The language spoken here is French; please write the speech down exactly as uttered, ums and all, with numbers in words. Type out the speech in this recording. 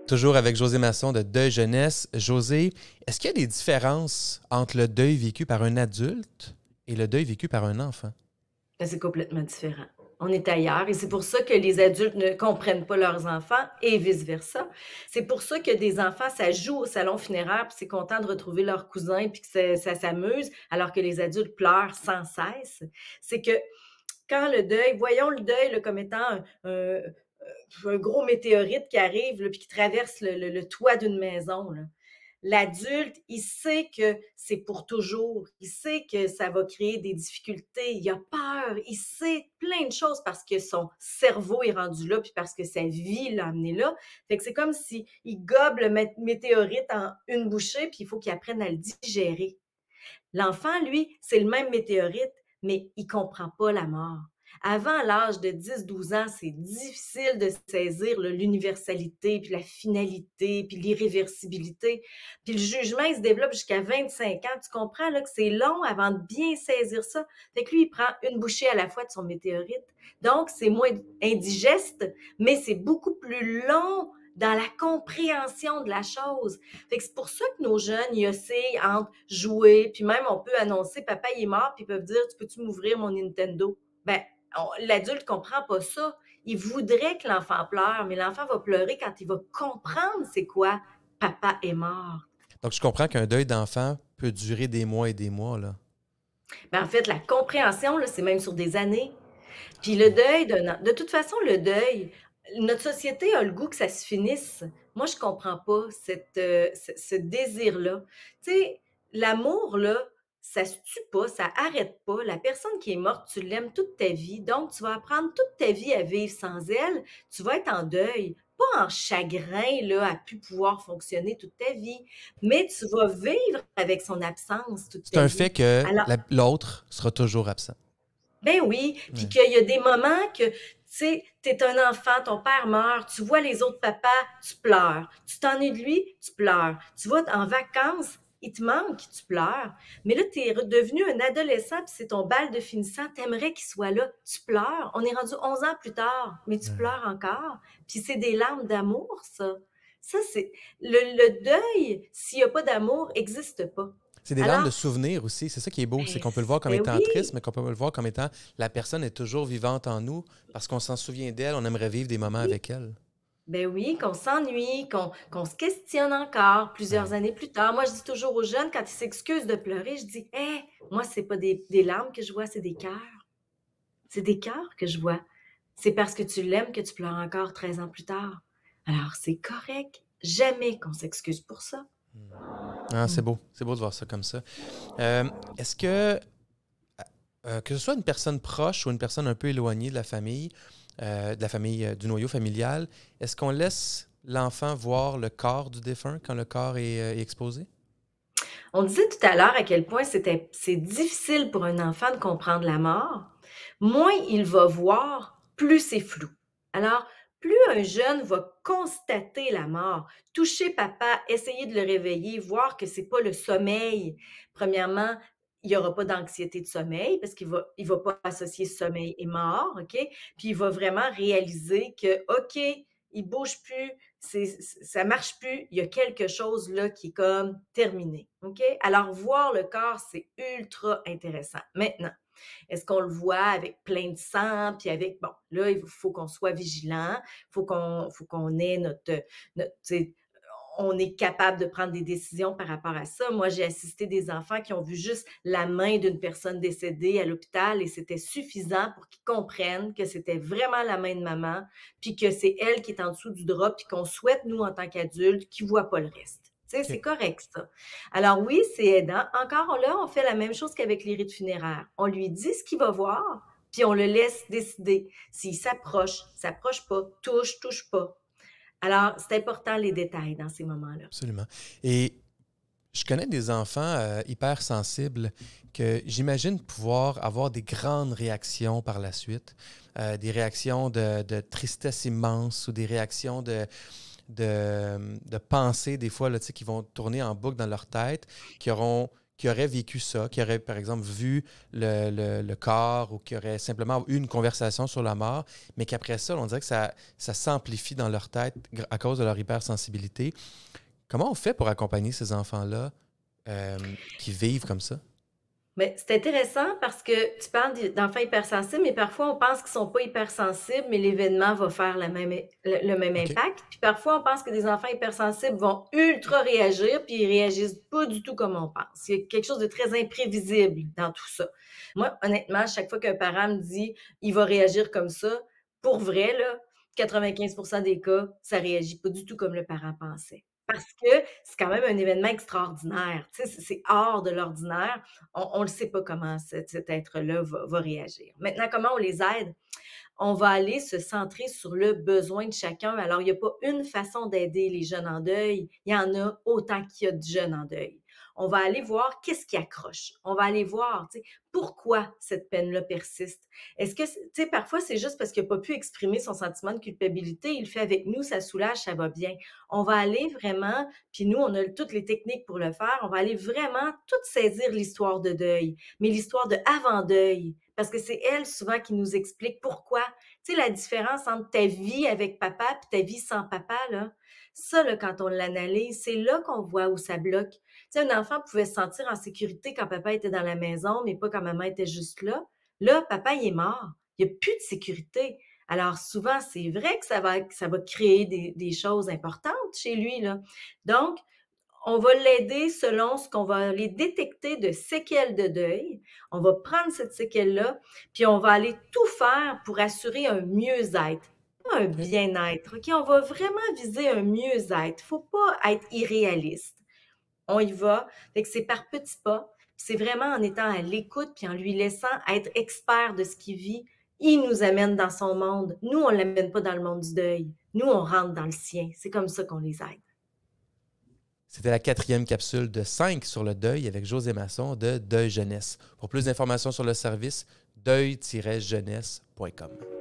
Toujours avec Josée Masson de Deuil Jeunesse. Josée, est-ce qu'il y a des différences entre le deuil vécu par un adulte et le deuil vécu par un enfant? Ben, c'est complètement différent. On est ailleurs et c'est pour ça que les adultes ne comprennent pas leurs enfants et vice-versa. C'est pour ça que des enfants, ça joue au salon funéraire, puis c'est content de retrouver leurs cousins, puis que ça, ça s'amuse, alors que les adultes pleurent sans cesse. C'est que quand le deuil, voyons le deuil là, comme étant un, un- un gros météorite qui arrive, là, puis qui traverse le, le- le toit d'une maison, là. L'adulte, il sait que c'est pour toujours. Il sait que ça va créer des difficultés. Il a peur. Il sait plein de choses parce que son cerveau est rendu là, puis parce que sa vie l'a amené là. Fait que c'est comme si il gobe le mé- météorite en une bouchée, puis il faut qu'il apprenne à le digérer. L'enfant, lui, c'est le même météorite, mais il comprend pas la mort. Avant l'âge de dix douze ans, c'est difficile de saisir là, l'universalité, puis la finalité, puis l'irréversibilité. Puis le jugement, il se développe jusqu'à vingt-cinq ans. Tu comprends là, que c'est long avant de bien saisir ça. Fait que lui, il prend une bouchée à la fois de son météorite. Donc, c'est moins indigeste, mais c'est beaucoup plus long dans la compréhension de la chose. Fait que c'est pour ça que nos jeunes, ils oscillent entre jouer, puis même on peut annoncer papa il est mort, puis ils peuvent dire tu peux-tu m'ouvrir mon Nintendo? Ben, on- l'adulte comprend pas ça. Il voudrait que l'enfant pleure, mais l'enfant va pleurer quand il va comprendre c'est quoi papa est mort. Donc, je comprends qu'un deuil d'enfant peut durer des mois et des mois, là. Ben, en fait, la compréhension, là, c'est même sur des années. Puis le deuil, de, de toute façon, le deuil, notre société a le goût que ça se finisse. Moi, je comprends pas cette, euh, ce, ce désir-là. Tu sais, l'amour, là, ça se tue pas, ça arrête pas. La personne qui est morte, tu l'aimes toute ta vie. Donc, tu vas apprendre toute ta vie à vivre sans elle. Tu vas être en deuil, pas en chagrin, là, à plus pouvoir fonctionner toute ta vie. Mais tu vas vivre avec son absence toute C'est ta un vie. fait que Alors, la- l'autre sera toujours absent. ben oui, puis Ouais. qu'il y a des moments que, tu sais, t'es un enfant, ton père meurt, tu vois les autres papas, tu pleures. Tu t'ennuies de lui, tu pleures. Tu vas en vacances, il te manque, tu pleures. Mais là, t'es redevenu un adolescent, puis c'est ton bal de finissant, t'aimerais qu'il soit là, tu pleures. On est rendu onze ans plus tard, mais tu Ouais. pleures encore. Puis c'est des larmes d'amour, ça. Ça, c'est... Le, le deuil, s'il n'y a pas d'amour, n'existe pas. C'est des larmes de Alors, souvenirs aussi. C'est ça qui est beau. C'est ben, qu'on peut le voir comme ben étant triste, oui, mais qu'on peut le voir comme étant la personne est toujours vivante en nous parce qu'on s'en souvient d'elle, on aimerait vivre des moments oui. avec elle. Ben oui, qu'on s'ennuie, qu'on qu'on se questionne encore plusieurs Ouais. années plus tard. Moi, je dis toujours aux jeunes, quand ils s'excusent de pleurer, je dis, hé, moi, c'est pas des, des larmes que je vois, c'est des cœurs. C'est des cœurs que je vois. C'est parce que tu l'aimes que tu pleures encore treize ans plus tard. Alors, c'est correct. Jamais qu'on s'excuse pour ça. Ah, c'est Mm. beau. C'est beau de voir ça comme ça. Euh, est-ce que, euh, que ce soit une personne proche ou une personne un peu éloignée de la famille, euh, de la famille, euh, du noyau familial, est-ce qu'on laisse l'enfant voir le corps du défunt quand le corps est, euh, est exposé? On disait tout à l'heure à quel point c'était, c'est difficile pour un enfant de comprendre la mort. Moins il va voir, plus c'est flou. Alors, plus un jeune va constater la mort, toucher papa, essayer de le réveiller, voir que c'est pas le sommeil. Premièrement, il y aura pas d'anxiété de sommeil parce qu'il va, il va pas associer sommeil et mort, OK? Puis il va vraiment réaliser que, OK, il bouge plus, c'est, ça marche plus, il y a quelque chose là qui est comme terminé, OK? Alors, voir le corps, c'est ultra intéressant. Maintenant, est-ce qu'on le voit avec plein de sang, puis avec, bon, là, il faut qu'on soit vigilant, il faut qu'on, faut qu'on ait notre, notre tu sais, on est capable de prendre des décisions par rapport à ça. Moi, j'ai assisté des enfants qui ont vu juste la main d'une personne décédée à l'hôpital et c'était suffisant pour qu'ils comprennent que c'était vraiment la main de maman, puis que c'est elle qui est en dessous du drap, puis qu'on souhaite, nous, en tant qu'adultes, qu'ils ne voient pas le reste. Tu sais, c'est OK. correct, ça. Alors oui, c'est aidant. Encore là, on fait la même chose qu'avec les rites funéraires. On lui dit ce qu'il va voir, puis on le laisse décider. S'il s'approche, s'approche pas, touche, touche pas. Alors, c'est important les détails dans ces moments-là. Absolument. Et je connais des enfants euh, hypersensibles que j'imagine pouvoir avoir des grandes réactions par la suite, euh, des réactions de, de tristesse immense ou des réactions de, de, de pensée des fois là, tu sais, qui vont tourner en boucle dans leur tête, qui auront qui auraient vécu ça, qui auraient, par exemple, vu le, le- le corps ou qui auraient simplement eu une conversation sur la mort, mais qu'après ça, on dirait que ça, ça s'amplifie dans leur tête gr- à cause de leur hypersensibilité. Comment on fait pour accompagner ces enfants-là euh, qui vivent comme ça? Mais c'est intéressant parce que tu parles d'y d'enfants hypersensibles, mais parfois on pense qu'ils sont pas hypersensibles, mais l'événement va faire la même é le le même OK. impact. Puis parfois on pense que des enfants hypersensibles vont ultra réagir, puis ils réagissent pas du tout comme on pense. Il y a quelque chose de très imprévisible dans tout ça. Moi, honnêtement, chaque fois qu'un parent me dit: «Il va réagir comme ça», pour vrai là, quatre-vingt-quinze des cas, ça réagit pas du tout comme le parent pensait. Parce que c'est quand même un événement extraordinaire, tu sais, c'est c'est hors de l'ordinaire. On ne sait pas comment cet cet être-là va va réagir. Maintenant, comment on les aide? On va aller se centrer sur le besoin de chacun. Alors, il n'y a pas une façon d'aider les jeunes en deuil, il y en a autant qu'il y a de jeunes en deuil. On va aller voir qu'est-ce qui accroche. On va aller voir, tu sais, pourquoi cette peine-là persiste. Est-ce que, c'est- tu sais, parfois c'est juste parce qu'il n'a pas pu exprimer son sentiment de culpabilité, il le fait avec nous, ça soulage, ça va bien. On va aller vraiment, puis nous, on a toutes les techniques pour le faire, on va aller vraiment tout saisir l'histoire de deuil, mais l'histoire de avant-deuil, parce que c'est elle souvent qui nous explique pourquoi. Tu sais, la différence entre ta vie avec papa et ta vie sans papa, là, ça, là, quand on l'analyse, c'est là qu'on voit où ça bloque. Tu sais, un enfant pouvait se sentir en sécurité quand papa était dans la maison, mais pas quand maman était juste là. Là, papa, il est mort. Il n'y a plus de sécurité. Alors, souvent, c'est vrai que ça va, que ça va créer des, des choses importantes chez lui, là. Donc, on va l'aider selon ce qu'on va aller détecter de séquelles de deuil. On va prendre cette séquelle-là, puis on va aller tout faire pour assurer un mieux-être, pas un OK. bien-être. OK? On va vraiment viser un mieux-être. Il ne faut pas être irréaliste. On y va. Fait que c'est par petits pas. C'est vraiment en étant à l'écoute puis en lui laissant être expert de ce qu'il vit. Il nous amène dans son monde. Nous, on ne l'amène pas dans le monde du deuil. Nous, on rentre dans le sien. C'est comme ça qu'on les aide. C'était la quatrième capsule de cinq sur le deuil avec José Masson de Deuil Jeunesse. Pour plus d'informations sur le service, deuil jeunesse point com.